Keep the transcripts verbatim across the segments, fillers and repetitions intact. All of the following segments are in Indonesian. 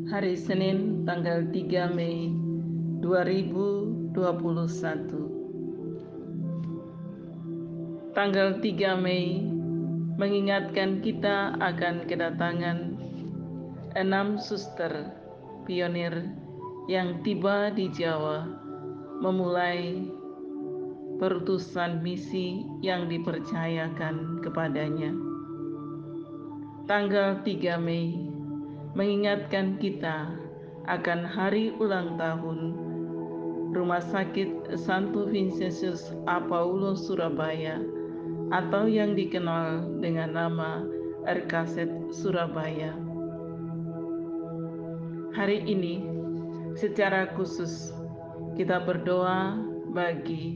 Hari Senin tanggal tiga Mei dua ribu dua puluh satu. Tanggal tiga Mei mengingatkan kita akan kedatangan enam suster pionir yang tiba di Jawa memulai perutusan misi yang dipercayakan kepadanya. Tanggal tiga Mei mengingatkan kita akan hari ulang tahun Rumah Sakit Santo Vincentius A. Paulo Surabaya atau yang dikenal dengan nama R K Z Surabaya. Hari ini secara khusus kita berdoa bagi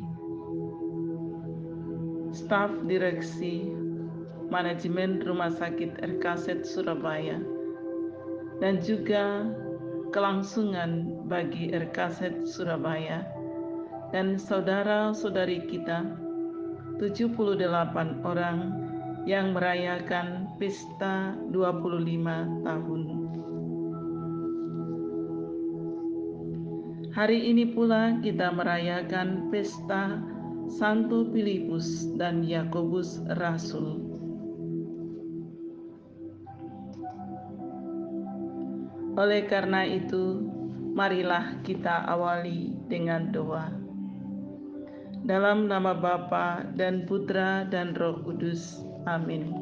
staf direksi manajemen Rumah Sakit R K Z Surabaya dan juga kelangsungan bagi R K Z Surabaya dan saudara-saudari kita tujuh puluh delapan orang yang merayakan pesta dua puluh lima tahun. Hari ini pula kita merayakan pesta Santo Filipus dan Yakobus Rasul. Oleh karena itu, marilah kita awali dengan doa. Dalam nama Bapa dan Putra dan Roh Kudus. Amin.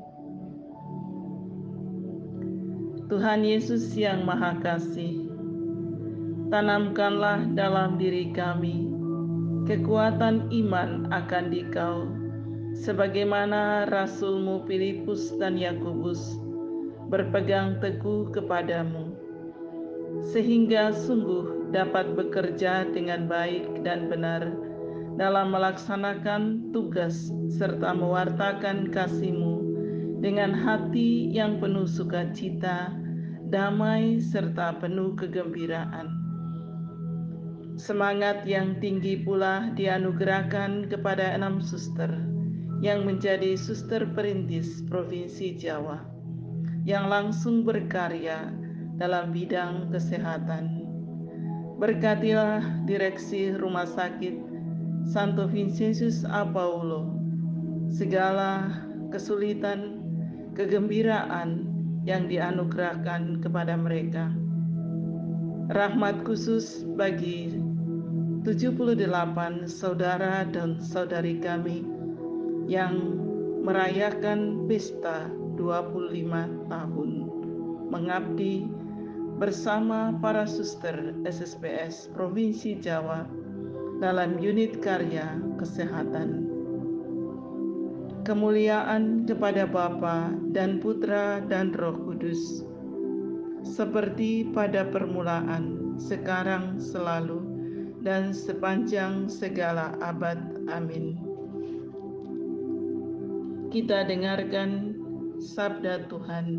Tuhan Yesus yang Maha Kasih, tanamkanlah dalam diri kami kekuatan iman akan Dikau, sebagaimana Rasul-Mu Filipus dan Yakobus berpegang teguh kepadamu, sehingga sungguh dapat bekerja dengan baik dan benar dalam melaksanakan tugas serta mewartakan kasih-Mu dengan hati yang penuh sukacita, damai, serta penuh kegembiraan. Semangat yang tinggi pula dianugerahkan kepada enam suster yang menjadi suster perintis Provinsi Jawa, yang langsung berkarya dalam bidang kesehatan. Berkatilah direksi Rumah Sakit Santo Vincentius A. Paulo, segala kesulitan, kegembiraan yang dianugerahkan kepada mereka. Rahmat khusus bagi tujuh puluh delapan saudara dan saudari kami yang merayakan pesta dua puluh lima tahun mengabdi bersama para suster S S P S Provinsi Jawa dalam unit karya kesehatan. Kemuliaan kepada Bapa dan Putra dan Roh Kudus, seperti pada permulaan, sekarang, selalu, dan sepanjang segala abad. Amin. Kita dengarkan sabda Tuhan.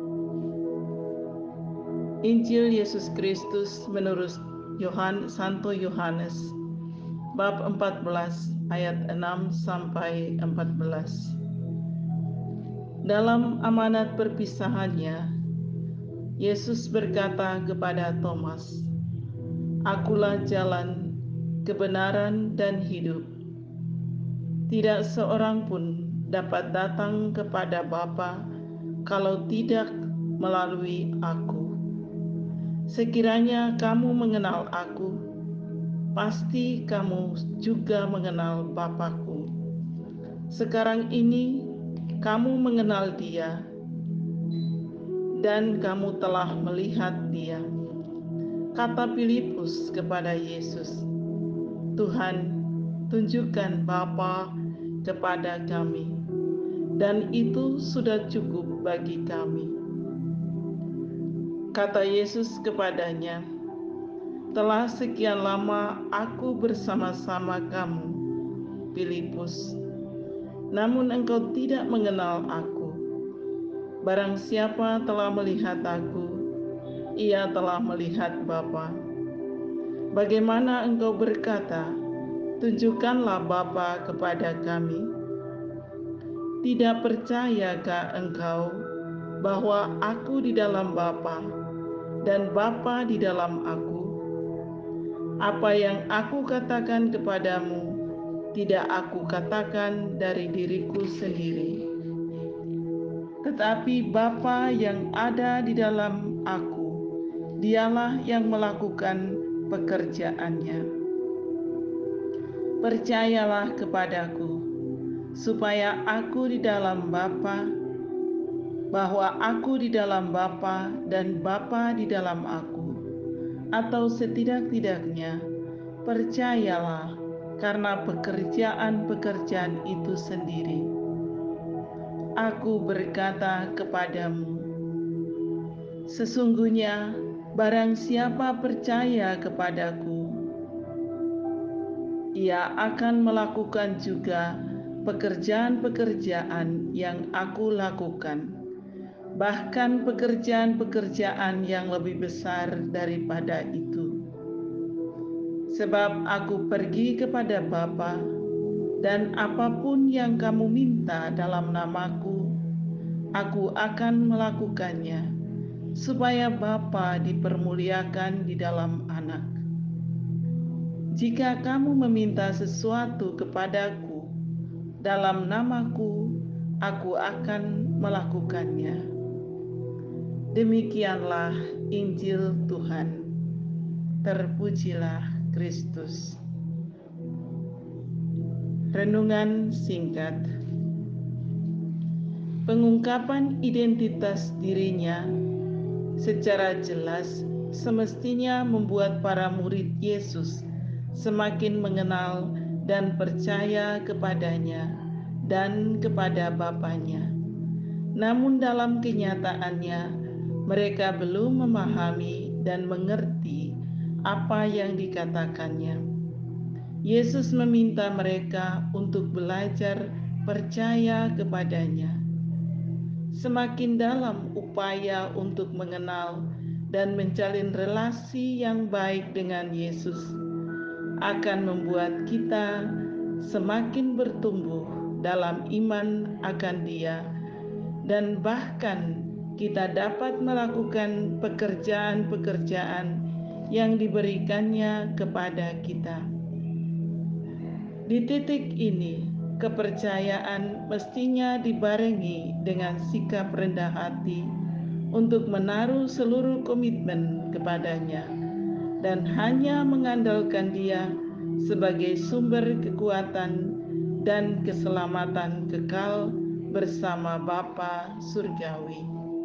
Injil Yesus Kristus menurut Yohanes, Santo Yohanes, bab empat belas ayat enam sampai empat belas. Dalam amanat perpisahannya, Yesus berkata kepada Thomas, "Akulah jalan, kebenaran, dan hidup. Tidak seorang pun dapat datang kepada Bapa kalau tidak melalui Aku. Sekiranya kamu mengenal Aku, pasti kamu juga mengenal Bapa-Ku. Sekarang ini kamu mengenal Dia, dan kamu telah melihat Dia." Kata Filipus kepada Yesus, "Tuhan, tunjukkan Bapa kepada kami, dan itu sudah cukup bagi kami." Kata Yesus kepadanya, "Telah sekian lama Aku bersama-sama kamu, Filipus, namun engkau tidak mengenal Aku. Barang siapa telah melihat Aku, ia telah melihat Bapa. Bagaimana engkau berkata, 'Tunjukkanlah Bapa kepada kami'? Tidak percayakah engkau bahwa Aku di dalam Bapa dan Bapa di dalam aku. Apa yang aku katakan kepadamu, tidak aku katakan dari diriku sendiri, tetapi Bapa yang ada di dalam aku, dialah yang melakukan pekerjaannya. Percayalah kepadaku, supaya aku di dalam Bapa, bahwa aku di dalam Bapa dan Bapa di dalam aku, atau setidak-tidaknya percayalah karena pekerjaan-pekerjaan itu sendiri. Aku berkata kepadamu, sesungguhnya barang siapa percaya kepadaku, ia akan melakukan juga pekerjaan-pekerjaan yang aku lakukan, bahkan pekerjaan-pekerjaan yang lebih besar daripada itu. Sebab aku pergi kepada Bapa, dan apapun yang kamu minta dalam namaku, aku akan melakukannya, supaya Bapa dipermuliakan di dalam Anak. Jika kamu meminta sesuatu kepadaku dalam namaku, aku akan melakukannya. Demikianlah Injil Tuhan. Terpujilah Kristus. Renungan singkat. Pengungkapan identitas dirinya secara jelas semestinya membuat para murid Yesus semakin mengenal dan percaya kepadanya dan kepada Bapanya. Namun dalam kenyataannya, mereka belum memahami dan mengerti apa yang dikatakannya. Yesus meminta mereka untuk belajar percaya kepadanya. Semakin dalam upaya untuk mengenal dan menjalin relasi yang baik dengan Yesus akan membuat kita semakin bertumbuh dalam iman akan Dia, dan bahkan kita dapat melakukan pekerjaan-pekerjaan yang diberikannya kepada kita. Di titik ini, kepercayaan mestinya dibarengi dengan sikap rendah hati untuk menaruh seluruh komitmen kepadanya dan hanya mengandalkan Dia sebagai sumber kekuatan dan keselamatan kekal bersama Bapa Surgawi.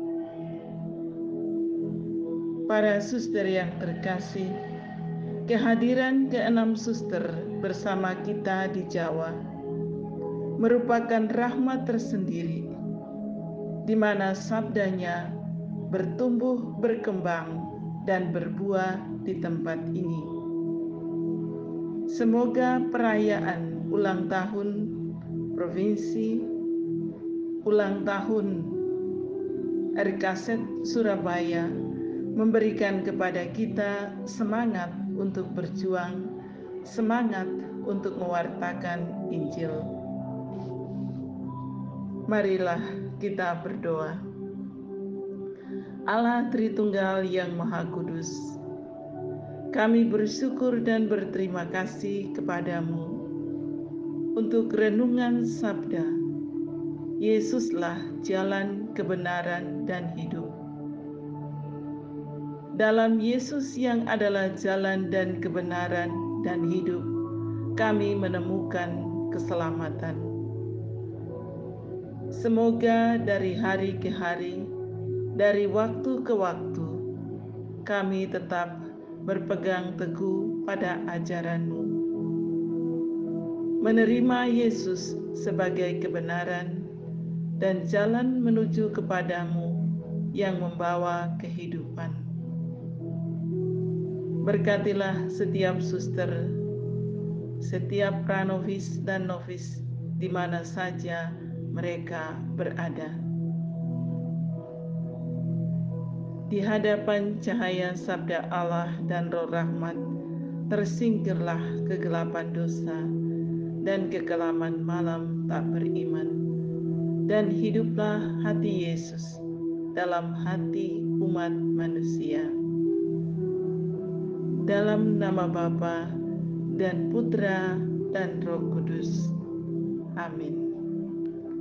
Para suster yang terkasih, kehadiran keenam suster bersama kita di Jawa merupakan rahmat tersendiri, di mana sabdanya bertumbuh, berkembang, dan berbuah di tempat ini. Semoga perayaan ulang tahun provinsi, ulang tahun R K S E T Surabaya memberikan kepada kita semangat untuk berjuang, semangat untuk mewartakan Injil. Marilah kita berdoa. Allah Tritunggal yang Maha Kudus, kami bersyukur dan berterima kasih kepadamu untuk renungan sabda. Yesuslah jalan, kebenaran, dan hidup. Dalam Yesus yang adalah jalan dan kebenaran dan hidup, kami menemukan keselamatan. Semoga dari hari ke hari, dari waktu ke waktu, kami tetap berpegang teguh pada ajaran-Mu, menerima Yesus sebagai kebenaran dan jalan menuju kepadamu yang membawa kehidupan. Berkatilah setiap suster, setiap pranovis dan novis di mana saja mereka berada. Di hadapan cahaya sabda Allah dan roh rahmat, tersingkirlah kegelapan dosa dan kekelaman malam tak beriman, dan hiduplah hati Yesus dalam hati umat manusia. dalam nama Bapa dan Putra dan Roh Kudus. Amin.